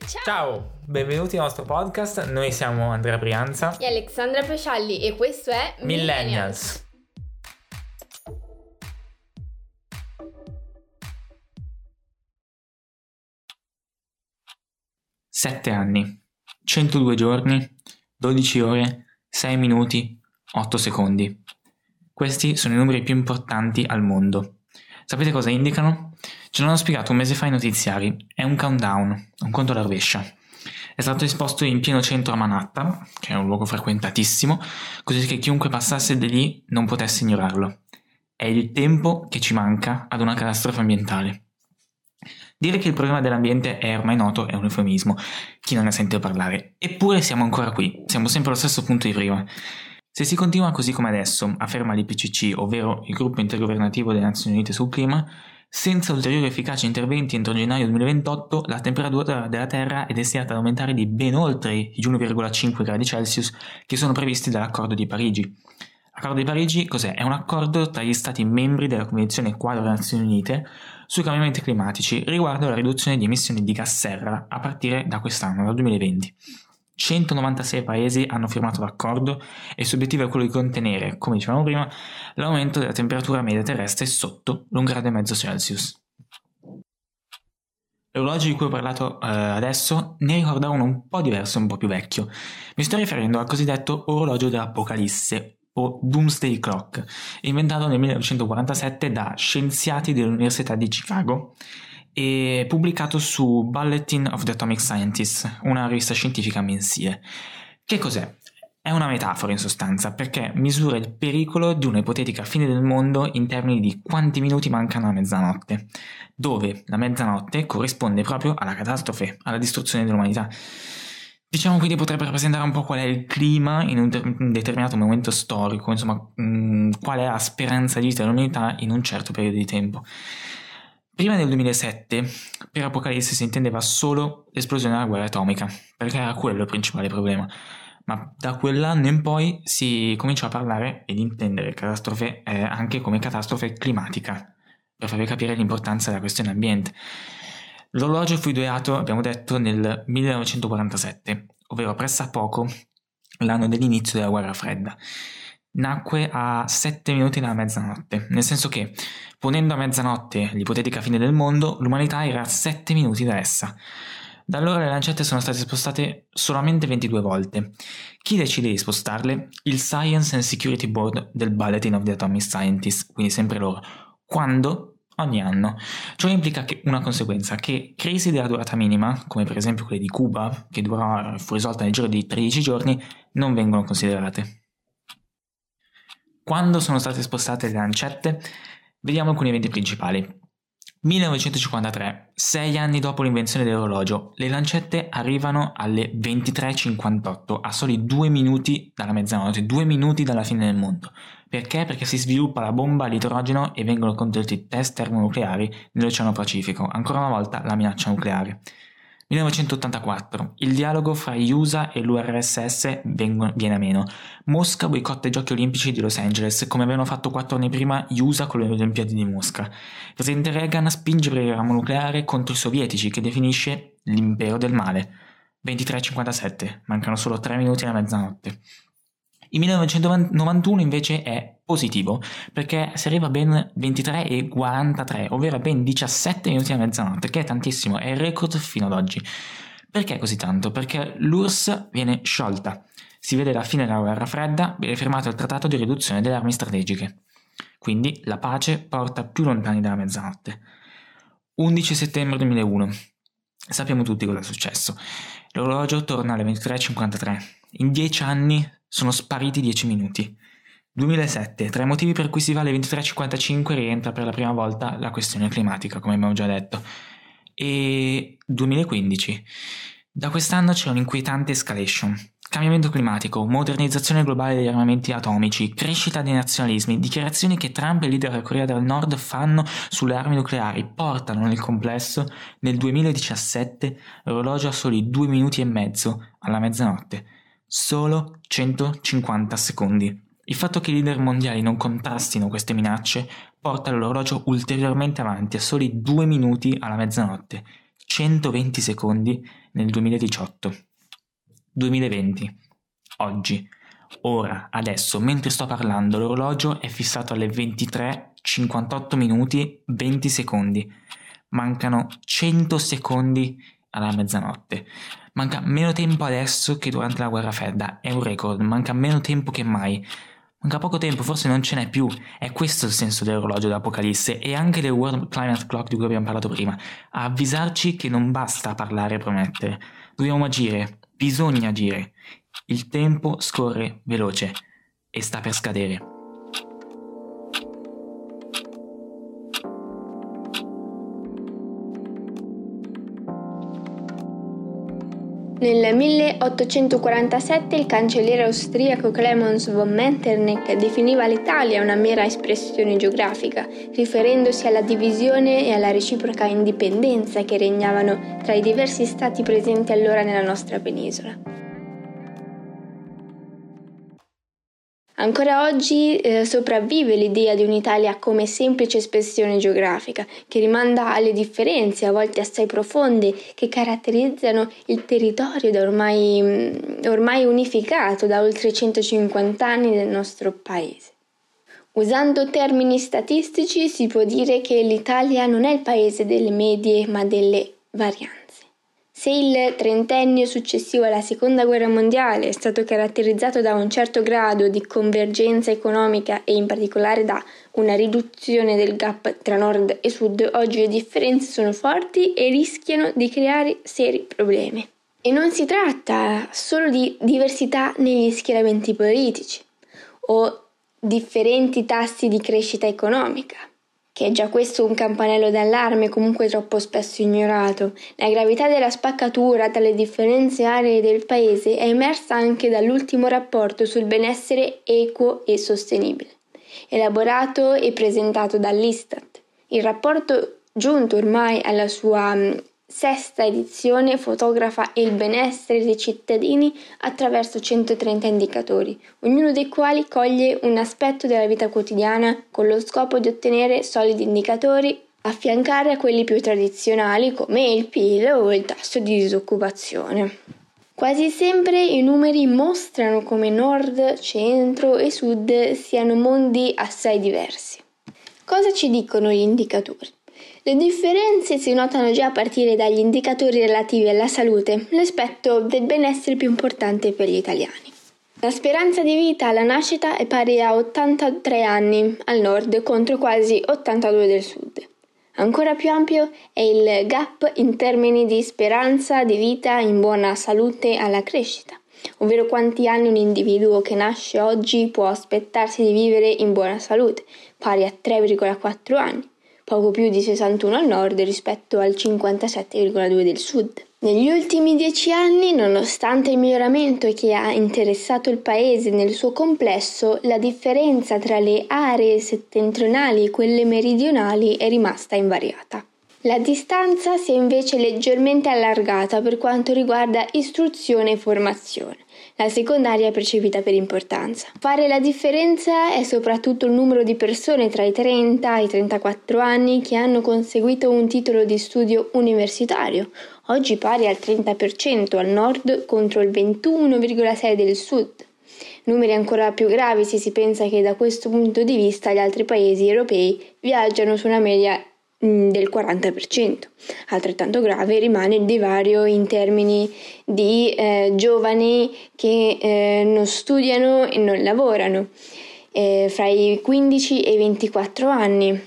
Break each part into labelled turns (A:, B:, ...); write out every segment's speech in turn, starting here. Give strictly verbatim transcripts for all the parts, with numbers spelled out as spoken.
A: Ciao, benvenuti al nostro podcast. Noi siamo Andrea Brianza
B: e Alexandra Pescialli e questo è
A: Millennials. Sette anni, centodue giorni, dodici ore, sei minuti, otto secondi. Questi sono i numeri più importanti al mondo. Sapete cosa indicano? Ce l'hanno spiegato un mese fa i notiziari. È un countdown, un conto alla rovescia. È stato esposto in pieno centro a Manhattan, che è un luogo frequentatissimo, così che chiunque passasse di lì non potesse ignorarlo. È il tempo che ci manca ad una catastrofe ambientale. Dire che il problema dell'ambiente è ormai noto è un eufemismo, chi non ne sente parlare. Eppure siamo ancora qui, siamo sempre allo stesso punto di prima. Se si continua così come adesso, afferma l'I P C C, ovvero il gruppo intergovernativo delle Nazioni Unite sul clima, senza ulteriori efficaci interventi entro gennaio duemilaventotto, la temperatura della Terra è destinata ad aumentare di ben oltre gli uno virgola cinque gradi Celsius che sono previsti dall'Accordo di Parigi. L'Accordo di Parigi cos'è? È un accordo tra gli Stati membri della Convenzione Quadro delle Nazioni Unite sui cambiamenti climatici riguardo alla riduzione di emissioni di gas serra a partire da quest'anno, dal duemilaventi. centonovantasei paesi hanno firmato l'accordo e il suo obiettivo è quello di contenere, come dicevamo prima, l'aumento della temperatura media terrestre sotto l'un grado e mezzo Celsius. L'orologio di cui ho parlato eh, adesso ne ricorda uno un po' diverso e un po' più vecchio. Mi sto riferendo al cosiddetto orologio dell'Apocalisse o Doomsday Clock, inventato nel millenovecentoquarantasette da scienziati dell'Università di Chicago e pubblicato su Bulletin of the Atomic Scientists, una rivista scientifica mensile. Che cos'è? È una metafora in sostanza, perché misura il pericolo di una ipotetica fine del mondo in termini di quanti minuti mancano alla mezzanotte, dove la mezzanotte corrisponde proprio alla catastrofe, alla distruzione dell'umanità. Diciamo quindi potrebbe rappresentare un po' qual è il clima in un, ter- un determinato momento storico, insomma mh, qual è la speranza di vita dell'umanità in un certo periodo di tempo. Prima del duemilasette, per Apocalisse si intendeva solo l'esplosione della guerra atomica, perché era quello il principale problema. Ma da quell'anno in poi si cominciò a parlare ed intendere catastrofe eh, anche come catastrofe climatica, per farvi capire l'importanza della questione ambiente. L'orologio fu ideato, abbiamo detto, nel millenovecentoquarantasette, ovvero pressappoco l'anno dell'inizio della guerra fredda. Nacque a sette minuti dalla mezzanotte, nel senso che, ponendo a mezzanotte l'ipotetica fine del mondo, l'umanità era a sette minuti da essa. Da allora le lancette sono state spostate solamente ventidue volte. Chi decide di spostarle? Il Science and Security Board del Bulletin of the Atomic Scientists, quindi sempre loro. Quando? Ogni anno. Ciò implica che una conseguenza, che crisi della durata minima, come per esempio quelle di Cuba, che durò, fu risolta nel giro di tredici giorni, non vengono considerate. Quando sono state spostate le lancette? Vediamo alcuni eventi principali. millenovecentocinquantatré, sei anni dopo l'invenzione dell'orologio, le lancette arrivano alle ventitré e cinquantotto, a soli due minuti dalla mezzanotte, due minuti dalla fine del mondo. Perché? Perché si sviluppa la bomba all'idrogeno e vengono condotti test termonucleari nell'Oceano Pacifico, ancora una volta la minaccia nucleare. millenovecentottantaquattro, il dialogo fra gli U S A e l'U R S S viene a meno. Mosca boicotta i giochi olimpici di Los Angeles, come avevano fatto quattro anni prima gli U S A con le Olimpiadi di Mosca. Il presidente Reagan spinge per il ramo nucleare contro i sovietici, che definisce l'impero del male. ventitré e cinquantasette, mancano solo tre minuti alla mezzanotte. Il millenovecentonovantuno invece è positivo, perché si arriva a ben ventitré e quarantatré, ovvero a ben diciassette minuti alla mezzanotte, che è tantissimo, è il record fino ad oggi. Perché così tanto? Perché l'U R S S viene sciolta, si vede la fine della guerra fredda, viene firmato il trattato di riduzione delle armi strategiche. Quindi la pace porta più lontani dalla mezzanotte. undici settembre duemilauno. Sappiamo tutti cosa è successo. L'orologio torna alle ventitré e cinquantatré. In dieci anni sono spariti dieci minuti. duemilasette, tra i motivi per cui si va alle ventitré e cinquantacinque rientra per la prima volta la questione climatica, come abbiamo già detto. E duemilaquindici, da quest'anno c'è un'inquietante escalation. Cambiamento climatico, modernizzazione globale degli armamenti atomici, crescita dei nazionalismi, dichiarazioni che Trump e il leader della Corea del Nord fanno sulle armi nucleari portano nel complesso, nel duemiladiciassette, l'orologio a soli due minuti e mezzo alla mezzanotte. Solo centocinquanta secondi. Il fatto che i leader mondiali non contrastino queste minacce porta l'orologio ulteriormente avanti a soli due minuti alla mezzanotte. centoventi secondi nel duemiladiciotto. duemilaventi. Oggi, ora, adesso, mentre sto parlando, l'orologio è fissato alle ventitré cinquantotto minuti venti secondi. Mancano cento secondi alla mezzanotte. Manca meno tempo adesso che durante la guerra fredda. È un record, manca meno tempo che mai. Manca poco tempo, forse non ce n'è più. È questo il senso dell'orologio dell'Apocalisse e anche del World Climate Clock di cui abbiamo parlato prima. A avvisarci che non basta parlare e promettere. Dobbiamo agire, bisogna agire. Il tempo scorre veloce e sta per scadere.
B: Nel milleottocentoquarantasette il cancelliere austriaco Clemens von Metternich definiva l'Italia una mera espressione geografica, riferendosi alla divisione e alla reciproca indipendenza che regnavano tra i diversi stati presenti allora nella nostra penisola. Ancora oggi eh, sopravvive l'idea di un'Italia come semplice espressione geografica, che rimanda alle differenze, a volte assai profonde, che caratterizzano il territorio da ormai, ormai unificato da oltre centocinquanta anni del nostro paese. Usando termini statistici si può dire che l'Italia non è il paese delle medie ma delle varianze. Se il trentennio successivo alla Seconda Guerra Mondiale è stato caratterizzato da un certo grado di convergenza economica e in particolare da una riduzione del gap tra nord e sud, oggi le differenze sono forti e rischiano di creare seri problemi. E non si tratta solo di diversità negli schieramenti politici o differenti tassi di crescita economica, che è già questo un campanello d'allarme comunque troppo spesso ignorato. La gravità della spaccatura tra le differenti aree del paese è emersa anche dall'ultimo rapporto sul benessere equo e sostenibile, elaborato e presentato dall'Istat. Il rapporto, giunto ormai alla sua mh, sesta edizione, fotografa il benessere dei cittadini attraverso centotrenta indicatori, ognuno dei quali coglie un aspetto della vita quotidiana con lo scopo di ottenere solidi indicatori affiancare a quelli più tradizionali come il P I L o il tasso di disoccupazione. Quasi sempre i numeri mostrano come nord, centro e sud siano mondi assai diversi. Cosa ci dicono gli indicatori? Le differenze si notano già a partire dagli indicatori relativi alla salute, l'aspetto del benessere più importante per gli italiani. La speranza di vita alla nascita è pari a ottantatré anni al nord contro quasi ottantadue del sud. Ancora più ampio è il gap in termini di speranza di vita in buona salute alla crescita, ovvero quanti anni un individuo che nasce oggi può aspettarsi di vivere in buona salute, pari a tre virgola quattro anni. Poco più di sessantuno al nord rispetto al cinquantasette virgola due del sud. Negli ultimi dieci anni, nonostante il miglioramento che ha interessato il paese nel suo complesso, la differenza tra le aree settentrionali e quelle meridionali è rimasta invariata. La distanza si è invece leggermente allargata per quanto riguarda istruzione e formazione. La seconda area è percepita per importanza. Fare la differenza è soprattutto il numero di persone tra i trenta e i trentaquattro anni che hanno conseguito un titolo di studio universitario, oggi pari al trenta per cento al nord contro il ventuno virgola sei per cento del sud. Numeri ancora più gravi se si pensa che da questo punto di vista gli altri paesi europei viaggiano su una media del quaranta per cento. Altrettanto grave rimane il divario in termini di eh, giovani che eh, non studiano e non lavorano, eh, fra i quindici e i ventiquattro anni,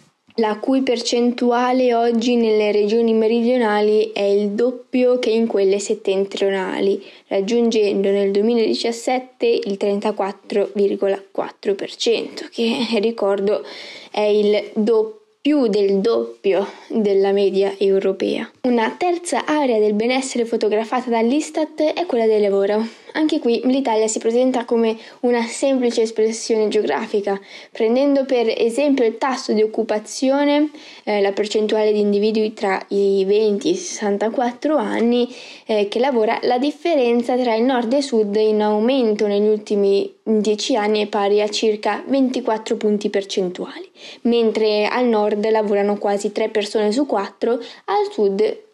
B: la cui percentuale oggi nelle regioni meridionali è il doppio che in quelle settentrionali, raggiungendo nel duemiladiciassette il trentaquattro virgola quattro per cento, che ricordo è il doppio più del doppio della media europea. Una terza area del benessere fotografata dall'Istat è quella del lavoro. Anche qui l'Italia si presenta come una semplice espressione geografica, prendendo per esempio il tasso di occupazione, eh, la percentuale di individui tra i venti e i sessantaquattro anni eh, che lavora. La differenza tra il nord e il sud in aumento negli ultimi dieci anni è pari a circa ventiquattro punti percentuali, mentre al nord lavorano quasi tre persone su quattro, al sud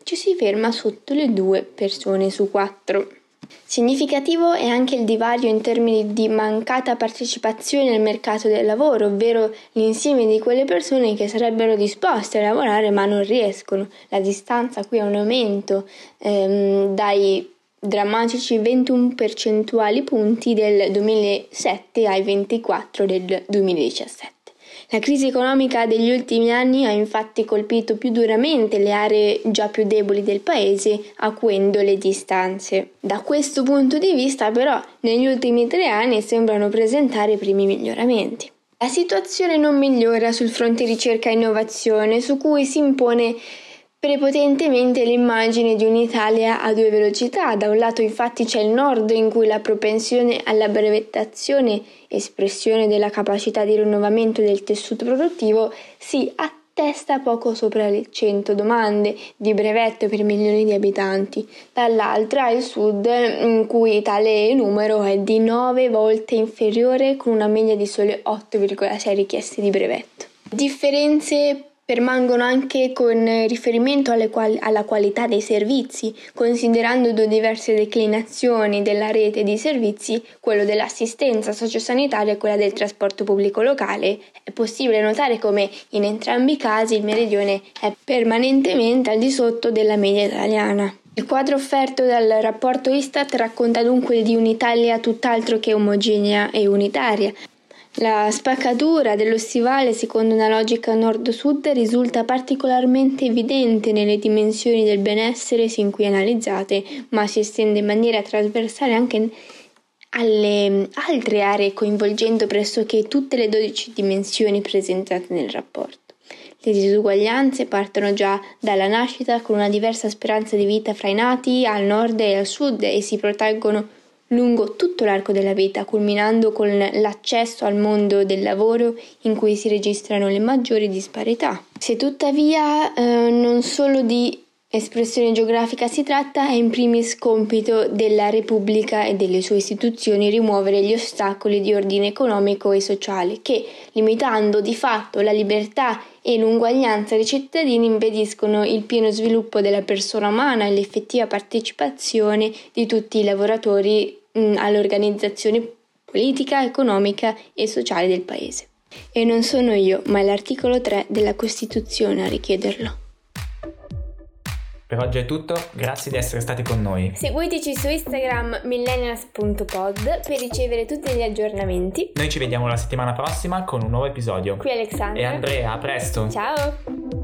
B: ci si ferma sotto le due persone su quattro. Significativo è anche il divario in termini di mancata partecipazione al mercato del lavoro, ovvero l'insieme di quelle persone che sarebbero disposte a lavorare ma non riescono. La distanza qui è un aumento ehm, dai drammatici ventuno percentuali punti del duemilasette ai ventiquattro del duemiladiciassette. La crisi economica degli ultimi anni ha infatti colpito più duramente le aree già più deboli del paese, acuendo le distanze. Da questo punto di vista, però, negli ultimi tre anni sembrano presentare i primi miglioramenti. La situazione non migliora sul fronte ricerca e innovazione, su cui si impone prepotentemente l'immagine di un'Italia a due velocità. Da un lato infatti c'è il nord, in cui la propensione alla brevettazione, espressione della capacità di rinnovamento del tessuto produttivo, si attesta poco sopra le cento domande di brevetto per milioni di abitanti. Dall'altra il sud, in cui tale numero è di nove volte inferiore, con una media di sole otto virgola sei richieste di brevetto. Differenze permangono anche con riferimento alle quali, alla qualità dei servizi, considerando due diverse declinazioni della rete di servizi, quello dell'assistenza sociosanitaria e quella del trasporto pubblico locale. È possibile notare come in entrambi i casi il meridione è permanentemente al di sotto della media italiana. Il quadro offerto dal rapporto Istat racconta dunque di un'Italia tutt'altro che omogenea e unitaria. La spaccatura dello stivale, secondo una logica nord-sud, risulta particolarmente evidente nelle dimensioni del benessere sin qui analizzate, ma si estende in maniera trasversale anche alle altre aree, coinvolgendo pressoché tutte le dodici dimensioni presentate nel rapporto. Le disuguaglianze partono già dalla nascita, con una diversa speranza di vita fra i nati al nord e al sud, e si protraggono lungo tutto l'arco della vita, culminando con l'accesso al mondo del lavoro, in cui si registrano le maggiori disparità. Se tuttavia eh, non solo di espressione geografica si tratta, è in primis compito della Repubblica e delle sue istituzioni rimuovere gli ostacoli di ordine economico e sociale che, limitando di fatto la libertà e l'uguaglianza dei cittadini, impediscono il pieno sviluppo della persona umana e l'effettiva partecipazione di tutti i lavoratori mh, all'organizzazione politica, economica e sociale del Paese. E non sono io, ma è l'articolo tre della Costituzione a richiederlo.
A: Per oggi è tutto, grazie di essere stati con noi.
B: Seguiteci su Instagram millennials punto pod per ricevere tutti gli aggiornamenti.
A: Noi ci vediamo la settimana prossima con un nuovo episodio.
B: Qui Alexandra
A: e Andrea, a presto.
B: Ciao.